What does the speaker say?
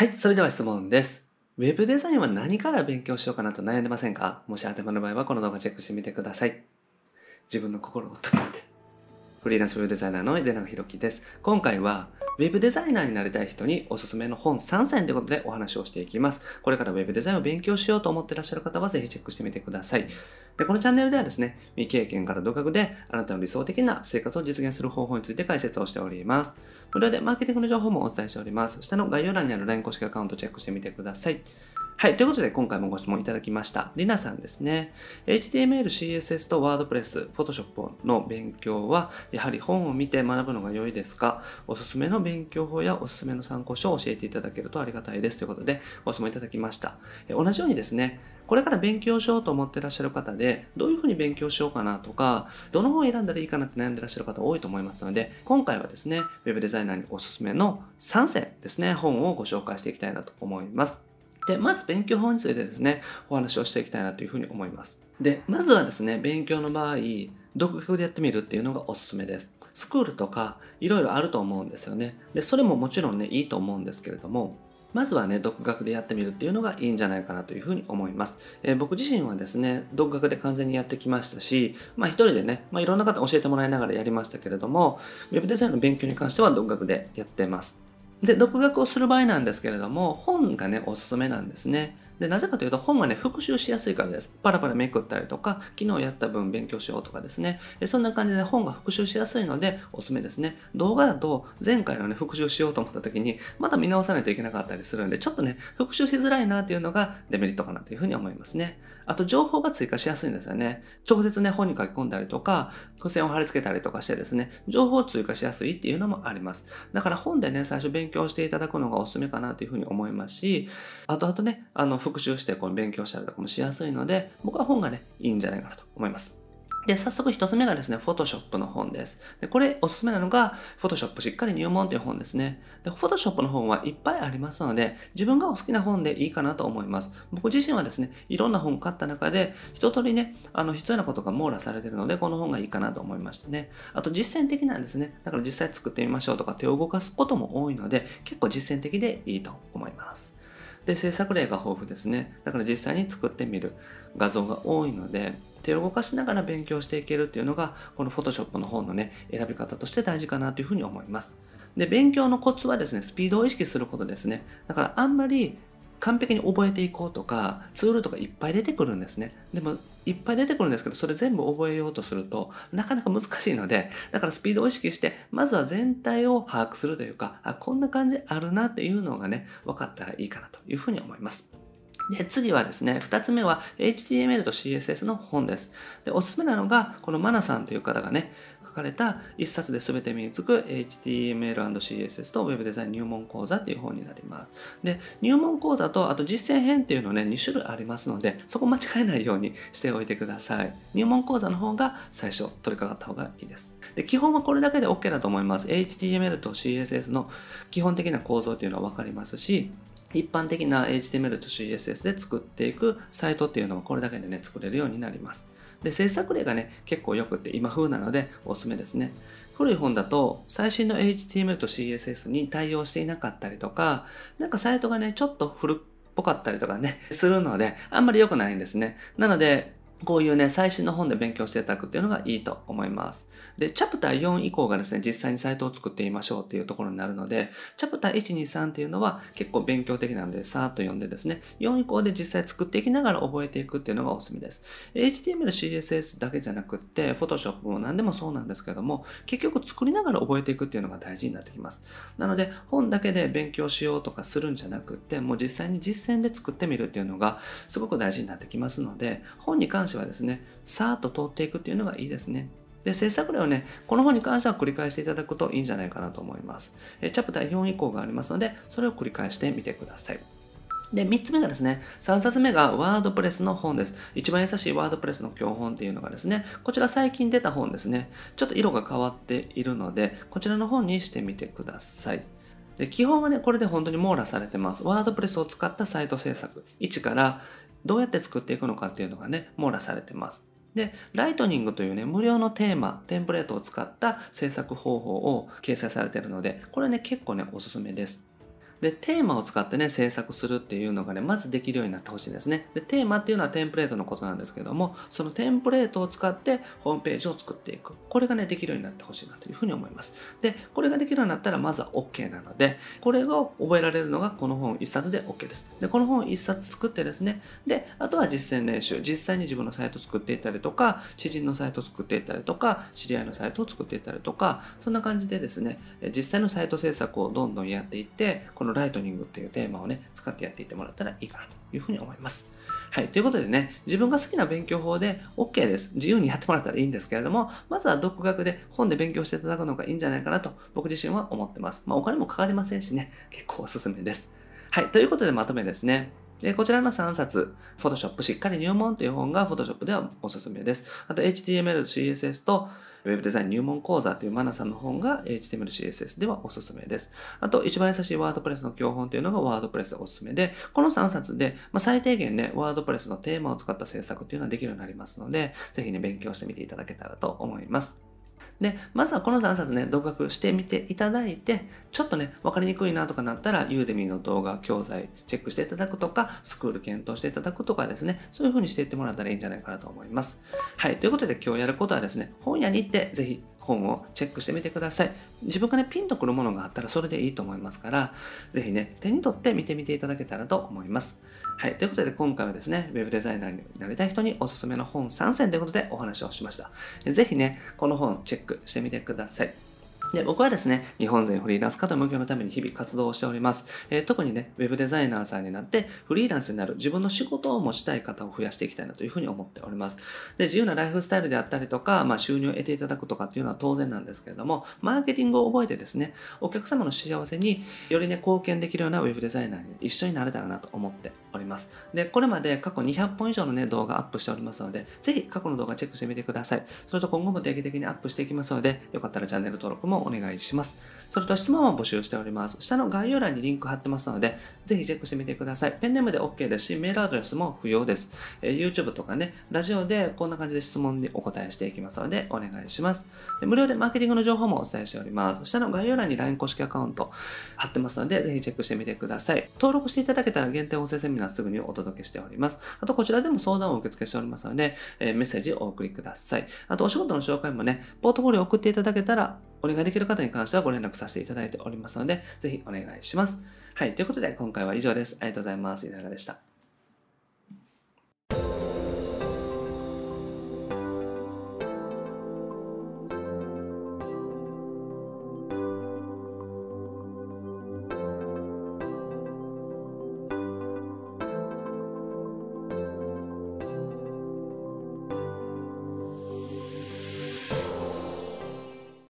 はい、それでは質問です。ウェブデザインは何から勉強しようかなと悩んでませんか？もし当てはまる場合はこの動画チェックしてみてください。自分の心を解いて。フリーランスウェブデザイナーの出永宏樹です。今回はウェブデザイナーになりたい人におすすめの本3選ということでお話をしていきます。これからウェブデザインを勉強しようと思っていらっしゃる方はぜひチェックしてみてください。で、このチャンネルではですね、未経験から独学であなたの理想的な生活を実現する方法について解説をしております。無料でマーケティングの情報もお伝えしております。下の概要欄にある LINE 公式アカウントをチェックしてみてください。はい。ということで、今回もご質問いただきました。りなさんですね。HTML、CSS と WordPress、Photoshop の勉強は、やはり本を見て学ぶのが良いですか？おすすめの勉強法やおすすめの参考書を教えていただけるとありがたいです。ということで、ご質問いただきました。同じようにですね、これから勉強しようと思っていらっしゃる方で、どういうふうに勉強しようかなとか、どの本を選んだらいいかなって悩んでいらっしゃる方多いと思いますので、今回はですね、ウェブデザイナーにおすすめの3選ですね、本をご紹介していきたいなと思います。で、まず勉強法についてですね、お話をしていきたいなというふうに思います。で、まずはですね、勉強の場合、独学でやってみるっていうのがおすすめです。スクールとか、いろいろあると思うんですよね。で、それももちろんね、いいと思うんですけれども、まずはね、独学でやってみるっていうのがいいんじゃないかなというふうに思います。僕自身はですね、独学で完全にやってきましたし、一人でね、いろんな方教えてもらいながらやりましたけれども、ウェブデザインの勉強に関しては独学でやってます。で、独学をする場合なんですけれども、本がね、おすすめなんですね。で、なぜかというと、本はね、復習しやすいからです。パラパラめくったりとか、昨日やった分勉強しようとかですね。そんな感じで本が復習しやすいので、おすすめですね。動画だと、前回のね、復習しようと思った時に、また見直さないといけなかったりするんで、ちょっとね、復習しづらいなっていうのがデメリットかなというふうに思いますね。あと、情報が追加しやすいんですよね。直接ね、本に書き込んだりとか、付箋を貼り付けたりとかしてですね、情報を追加しやすいっていうのもあります。だから本でね、最初勉強していただくのがおすすめかなというふうに思いますし、後々ね、復習してこう勉強したりとかもしやすいので、僕は本がね、いいんじゃないかなと思います。で、早速一つ目がですね、Photoshop の本です。で、これおすすめなのが、Photoshop しっかり入門という本ですね。で、Photoshop の本はいっぱいありますので、自分がお好きな本でいいかなと思います。僕自身はですね、いろんな本買った中で、一通りね、必要なことが網羅されているので、この本がいいかなと思いましたね。あと実践的なんですね。だから実際作ってみましょうとか手を動かすことも多いので、結構実践的でいいと思います。で、制作例が豊富ですね。だから実際に作ってみる画像が多いので、手を動かしながら勉強していけるっていうのが、この Photoshop の本のね、選び方として大事かなというふうに思います。で、勉強のコツはですね、スピードを意識することですね。だからあんまり完璧に覚えていこうとか、ツールとかいっぱい出てくるんですね。でも、いっぱい出てくるんですけど、それ全部覚えようとすると、なかなか難しいので、だからスピードを意識して、まずは全体を把握するというか、こんな感じあるなっていうのがね、分かったらいいかなというふうに思います。で、次はですね、二つ目は HTML と CSS の本です。で、おすすめなのが、このマナさんという方がね、書かれた一冊で全て身につく HTML&CSS と Web デザイン入門講座っていう本になります。で、入門講座とあと実践編っていうのね、2種類ありますので、そこ間違えないようにしておいてください。入門講座の方が最初取り掛かった方がいいです。で、基本はこれだけで OK だと思います。HTML と CSS の基本的な構造っていうのはわかりますし、一般的な HTML と CSS で作っていくサイトっていうのもこれだけでね、作れるようになります。で、制作例がね、結構良くて今風なのでおすすめですね。古い本だと最新の HTML と CSS に対応していなかったりとか、なんかサイトがね、ちょっと古っぽかったりとかね、するので、あんまり良くないんですね。なので、こういうね、最新の本で勉強していただくっていうのがいいと思います。で、チャプター4以降がですね、実際にサイトを作ってみましょうっていうところになるので、チャプター1、2、3っていうのは結構勉強的なので、さーっと読んでですね、4以降で実際作っていきながら覚えていくっていうのがおすすめです。HTML、CSS だけじゃなくって、Photoshop も何でもそうなんですけども、結局作りながら覚えていくっていうのが大事になってきます。なので、本だけで勉強しようとかするんじゃなくって、もう実際に実践で作ってみるっていうのがすごく大事になってきますので、本に関してはですね、さーっと通っていくっていうのがいいですね。で、制作例をね、この本に関しては繰り返していただくといいんじゃないかなと思います。チャプター4以降がありますので、それを繰り返してみてください。で、3つ目がですね、3冊目がワードプレスの本です。一番優しいワードプレスの教本っていうのがですね、こちら最近出た本ですね。ちょっと色が変わっているので、こちらの本にしてみてください。で、基本はね、これで本当に網羅されてます。ワードプレスを使ったサイト制作、一からどうやって作っていくのかっていうのがね、網羅されてます。で、ライトニングというね、無料のテーマ、テンプレートを使った制作方法を掲載されているので、これね、結構ね、おすすめです。 で、テーマを使ってね、制作するっていうのがね、まずできるようになってほしいんですね。で、テーマっていうのはテンプレートのことなんですけども、そのテンプレートを使ってホームページを作っていく。これがね、できるようになってほしいなというふうに思います。で、これができるようになったら、まずは OK なので、これを覚えられるのがこの本1冊で OK です。で、この本1冊作ってですね、で、あとは実践練習、実際に自分のサイトを作っていったりとか、知人のサイトを作っていったりとか、知り合いのサイトを作っていったりとか、そんな感じでですね、実際のサイト制作をどんどんやっていって、このライトニングっていうテーマをね、使ってやっていってもらったらいいかなというふうに思います。はい。ということでね、自分が好きな勉強法で OK です。自由にやってもらったらいいんですけれども、まずは独学で本で勉強していただくのがいいんじゃないかなと僕自身は思ってます。お金もかかりませんしね、結構おすすめです。はい。ということでまとめですね。こちらの3冊、Photoshop しっかり入門という本が Photoshop ではおすすめです。あと HTML、CSS と Web デザイン入門講座というマナさんの本が HTML、CSS ではおすすめです。あと一番優しい WordPress の教本というのが WordPress でおすすめで、この3冊で、最低限ね、WordPress のテーマを使った制作というのはできるようになりますので、ぜひね、勉強してみていただけたらと思います。で、まずはこの3冊ね、独学してみていただいて、ちょっとね、わかりにくいなとかなったら、ユーデミの動画、教材チェックしていただくとか、スクール検討していただくとかですね、そういう風にしていってもらったらいいんじゃないかなと思います。はい、ということで今日やることはですね、本屋に行ってぜひ本をチェックしてみてください。自分がね、ピンとくるものがあったらそれでいいと思いますから、ぜひね、手に取って見てみていただけたらと思います。はい。ということで今回はですね、ウェブデザイナーになりたい人におすすめの本3選ということでお話をしました。ぜひね、この本チェックしてみてください。で、僕はですね、日本全フリーランス化と無業のために日々活動をしております。特にね、ウェブデザイナーさんになってフリーランスになる自分の仕事を持ちたい方を増やしていきたいなというふうに思っております。で、自由なライフスタイルであったりとか、収入を得ていただくとかっていうのは当然なんですけれども、マーケティングを覚えてですね、お客様の幸せによりね、貢献できるようなウェブデザイナーに一緒になれたらなと思っております。で、これまで過去200本以上のね、動画アップしておりますので、ぜひ過去の動画チェックしてみてください。それと今後も定期的にアップしていきますので、よかったらチャンネル登録もお願いします。それと質問を募集しております。下の概要欄にリンク貼ってますので、ぜひチェックしてみてください。ペンネームで OK ですし、メールアドレスも不要です。YouTube とかね、ラジオでこんな感じで質問にお答えしていきますので、お願いします。無料でマーケティングの情報もお伝えしております。下の概要欄に LINE 公式アカウント貼ってますので、ぜひチェックしてみてください。登録していただけたら限定音声セミナーすぐにお届けしております。あとこちらでも相談を受け付けしておりますので、メッセージをお送りください。あとお仕事の紹介もね、ポートフォリオを送っていただけたら、お願いできる方に関してはご連絡させていただいておりますので、ぜひお願いします。はい、ということで今回は以上です。ありがとうございます。いかがでした？